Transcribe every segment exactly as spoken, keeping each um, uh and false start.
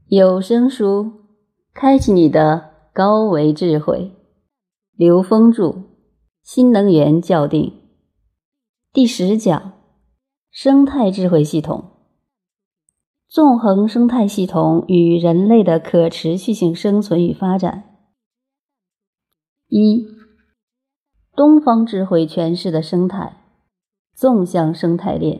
有声书，开启你的高维智慧。刘峰著，新能源校订。第十讲，生态智慧系统。纵横生态系统与人类的可持续性生存与发展。一、东方智慧诠释的生态，纵向生态链。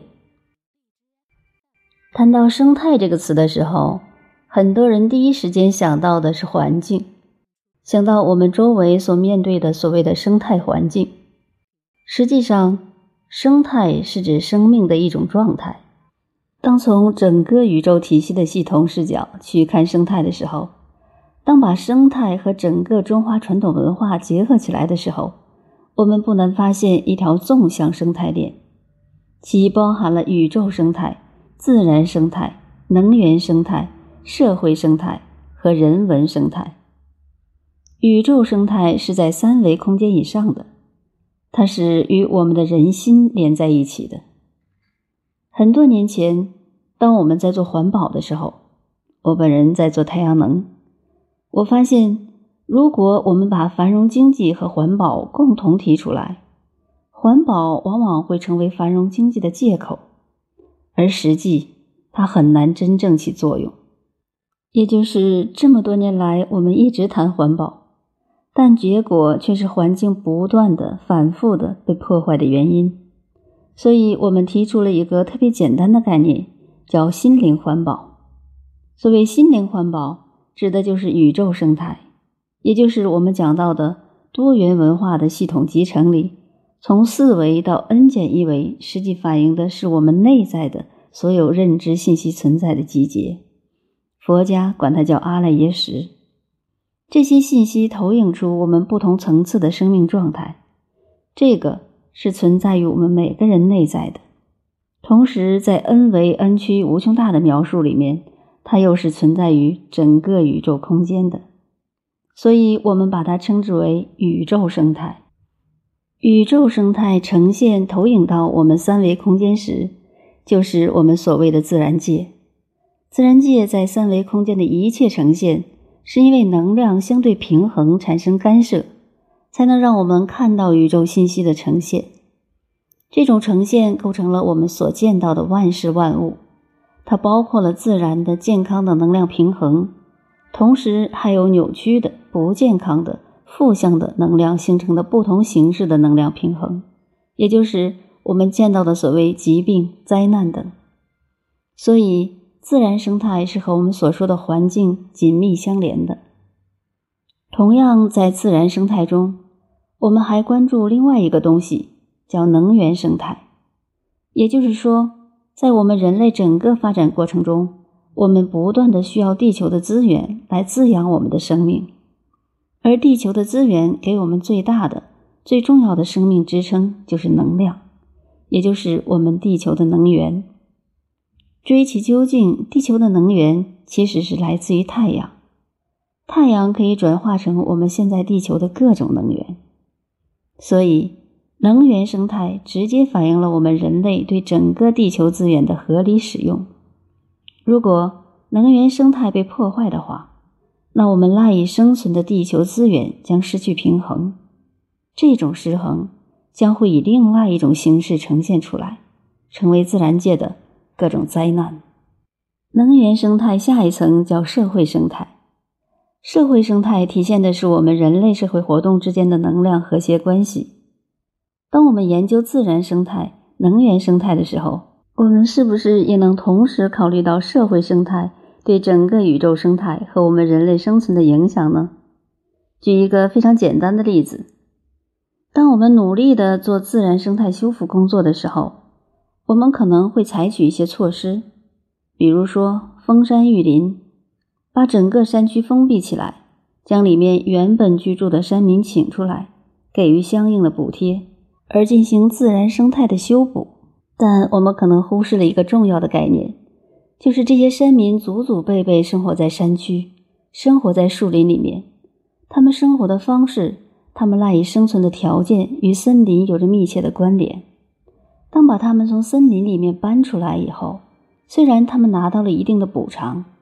谈到生态这个词的时候，很多人第一时间想到的是环境，想到我们周围所面对的所谓的生态环境。实际上，生态是指生命的一种状态。当从整个宇宙体系的系统视角去看生态的时候，当把生态和整个中华传统文化结合起来的时候，我们不难发现一条纵向生态链，其包含了宇宙生态、自然生态、能源生态、社会生态和人文生态。宇宙生态是在三维空间以上的，它是与我们的人心连在一起的。很多年前，当我们在做环保的时候，我本人在做太阳能，我发现如果我们把繁荣经济和环保共同提出来，环保往往会成为繁荣经济的借口，而实际它很难真正起作用。也就是这么多年来我们一直谈环保，但结果却是环境不断的反复的被破坏的原因。所以我们提出了一个特别简单的概念，叫心灵环保。所谓心灵环保，指的就是宇宙生态，也就是我们讲到的多元文化的系统集成里，从四维到 n 减一维，实际反映的是我们内在的所有认知信息存在的集结。佛家管它叫阿赖耶识。这些信息投影出我们不同层次的生命状态，这个是存在于我们每个人内在的。同时在 n 维 n 趋无穷大的描述里面，它又是存在于整个宇宙空间的。所以我们把它称之为宇宙生态。宇宙生态呈现投影到我们三维空间时，就是我们所谓的自然界。自然界在三维空间的一切呈现，是因为能量相对平衡产生干涉，才能让我们看到宇宙信息的呈现。这种呈现构成了我们所见到的万事万物，它包括了自然的健康的能量平衡，同时还有扭曲的不健康的负向的能量形成的不同形式的能量平衡，也就是我们见到的所谓疾病、灾难等。所以自然生态是和我们所说的环境紧密相连的。同样在自然生态中，我们还关注另外一个东西，叫能源生态。也就是说，在我们人类整个发展过程中，我们不断的需要地球的资源来滋养我们的生命，而地球的资源给我们最大的、最重要的生命支撑就是能量，也就是我们地球的能源。追其究竟，地球的能源其实是来自于太阳。太阳可以转化成我们现在地球的各种能源。所以能源生态直接反映了我们人类对整个地球资源的合理使用。如果能源生态被破坏的话，那我们赖以生存的地球资源将失去平衡。这种失衡将会以另外一种形式呈现出来，成为自然界的各种灾难。能源生态下一层叫社会生态。社会生态体现的是我们人类社会活动之间的能量和谐关系。当我们研究自然生态、能源生态的时候，我们是不是也能同时考虑到社会生态对整个宇宙生态和我们人类生存的影响呢？举一个非常简单的例子，当我们努力地做自然生态修复工作的时候，我们可能会采取一些措施，比如说封山育林，把整个山区封闭起来，将里面原本居住的山民请出来，给予相应的补贴，而进行自然生态的修补。但我们可能忽视了一个重要的概念，就是这些山民祖祖辈辈生活在山区，生活在树林里面，他们生活的方式，他们赖以生存的条件与森林有着密切的关联。当把他们从森林里面搬出来以后，虽然他们拿到了一定的补偿，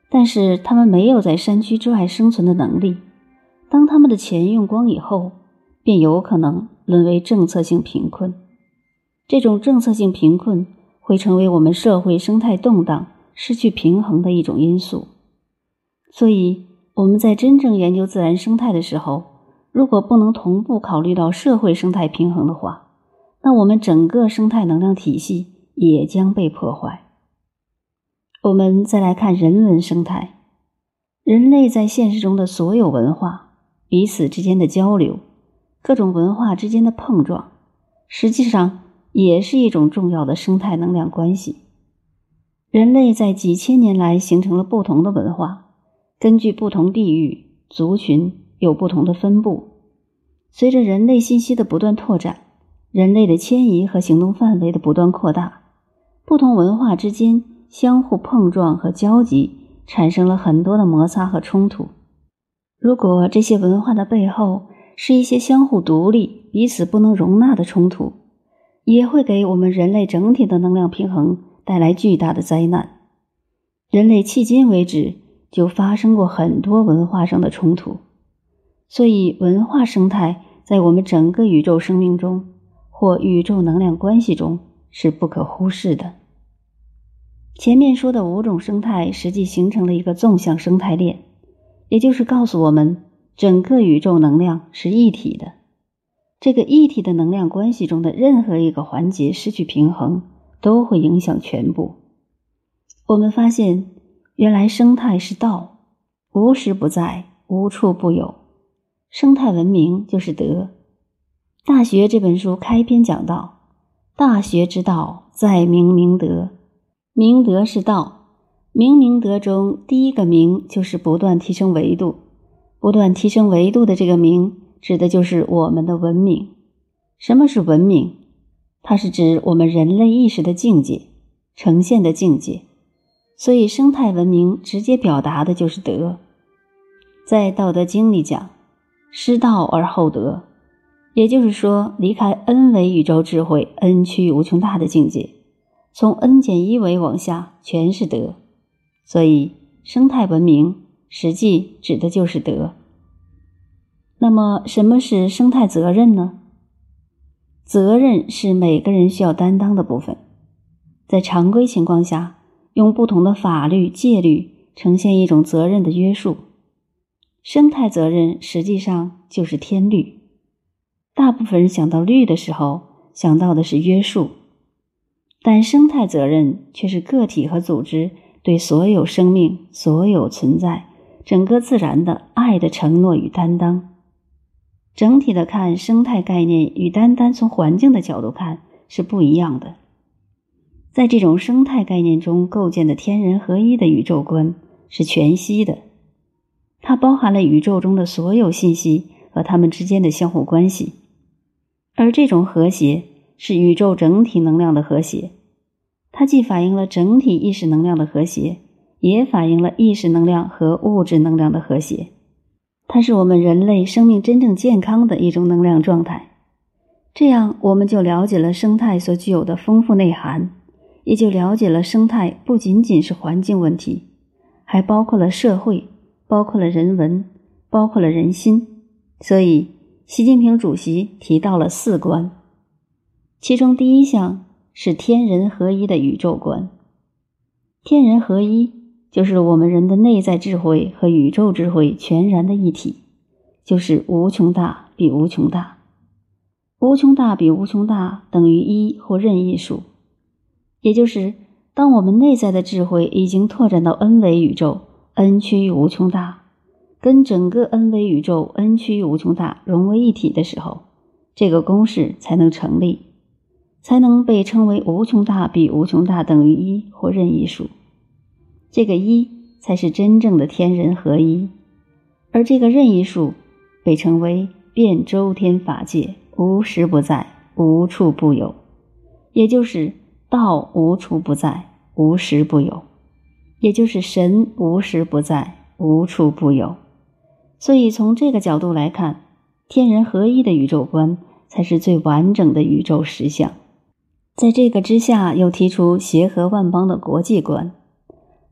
但是他们没有在山区之外生存的能力。当他们的钱用光以后，便有可能沦为政策性贫困。这种政策性贫困会成为我们社会生态动荡、失去平衡的一种因素。所以我们在真正研究自然生态的时候，如果不能同步考虑到社会生态平衡的话，那我们整个生态能量体系也将被破坏。我们再来看人文生态，人类在现实中的所有文化，彼此之间的交流，各种文化之间的碰撞，实际上也是一种重要的生态能量关系。人类在几千年来形成了不同的文化，根据不同地域、族群有不同的分布。随着人类信息的不断拓展，人类的迁移和行动范围的不断扩大，不同文化之间相互碰撞和交集，产生了很多的摩擦和冲突。如果这些文化的背后是一些相互独立、彼此不能容纳的冲突，也会给我们人类整体的能量平衡带来巨大的灾难。人类迄今为止就发生过很多文化上的冲突，所以文化生态在我们整个宇宙生命中或宇宙能量关系中是不可忽视的。前面说的五种生态实际形成了一个纵向生态链，也就是告诉我们整个宇宙能量是一体的。这个一体的能量关系中的任何一个环节失去平衡，都会影响全部。我们发现原来生态是道，无时不在，无处不有。生态文明就是德。大学这本书开篇讲到，大学之道，在明明德。明德是道，明明德中第一个明就是不断提升维度，不断提升维度的这个明指的就是我们的文明。什么是文明？它是指我们人类意识的境界，呈现的境界。所以生态文明直接表达的就是德。在道德经里讲，失道而后德，也就是说离开 N 维宇宙智慧 N 趋无穷大的境界，从 N 减一维往下全是德。所以生态文明实际指的就是德。那么什么是生态责任呢？责任是每个人需要担当的部分。在常规情况下，用不同的法律戒律呈现一种责任的约束。生态责任实际上就是天律。大部分人想到律的时候，想到的是约束，但生态责任却是个体和组织对所有生命、所有存在、整个自然的爱的承诺与担当。整体的看，生态概念与单单从环境的角度看是不一样的。在这种生态概念中构建的天人合一的宇宙观是全息的，它包含了宇宙中的所有信息和它们之间的相互关系，而这种和谐是宇宙整体能量的和谐。它既反映了整体意识能量的和谐，也反映了意识能量和物质能量的和谐。它是我们人类生命真正健康的一种能量状态。这样我们就了解了生态所具有的丰富内涵，也就了解了生态不仅仅是环境问题，还包括了社会，包括了人文，包括了人心。所以习近平主席提到了四观，其中第一项是天人合一的宇宙观。天人合一就是我们人的内在智慧和宇宙智慧全然的一体，就是无穷大比无穷大。无穷大比无穷大等于一或任意数，也就是当我们内在的智慧已经拓展到 N 维宇宙 N 趋于无穷大，跟整个 N 维宇宙 N 趋于无穷大融为一体的时候，这个公式才能成立，才能被称为无穷大比无穷大等于一或任意数。这个一才是真正的天人合一，而这个任意数被称为遍周天法界，无时不在，无处不有，也就是道无处不在，无时不有，也就是神无时不在，无处不有。所以从这个角度来看，天人合一的宇宙观才是最完整的宇宙实相。在这个之下，又提出协和万邦的国际观。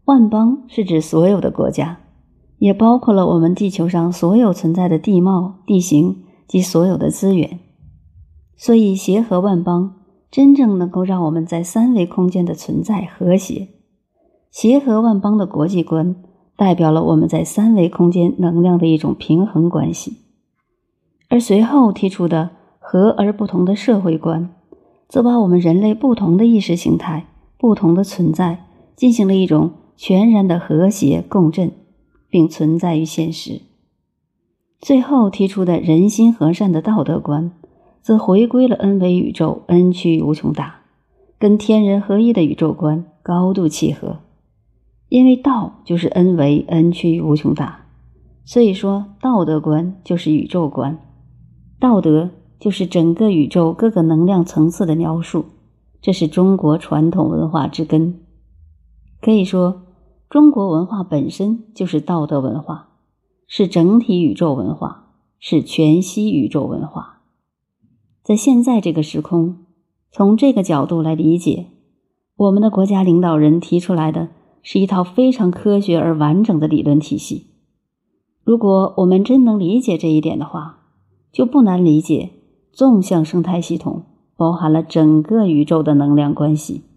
万邦是指所有的国家，也包括了我们地球上所有存在的地貌、地形及所有的资源。所以协和万邦真正能够让我们在三维空间的存在和谐。协和万邦的国际观代表了我们在三维空间能量的一种平衡关系。而随后提出的和而不同的社会观，则把我们人类不同的意识形态、不同的存在进行了一种全然的和谐共振，并存在于现实。最后提出的人心和善的道德观，则回归了 N 维宇宙 N 趋于无穷大，跟天人合一的宇宙观高度契合。因为道就是 N 维 N 趋于无穷大，所以说道德观就是宇宙观，道德就是整个宇宙各个能量层次的描述，这是中国传统文化之根。可以说，中国文化本身就是道德文化，是整体宇宙文化，是全息宇宙文化。在现在这个时空，从这个角度来理解，我们的国家领导人提出来的是一套非常科学而完整的理论体系。如果我们真能理解这一点的话，就不难理解纵向生态系统包含了整个宇宙的能量关系。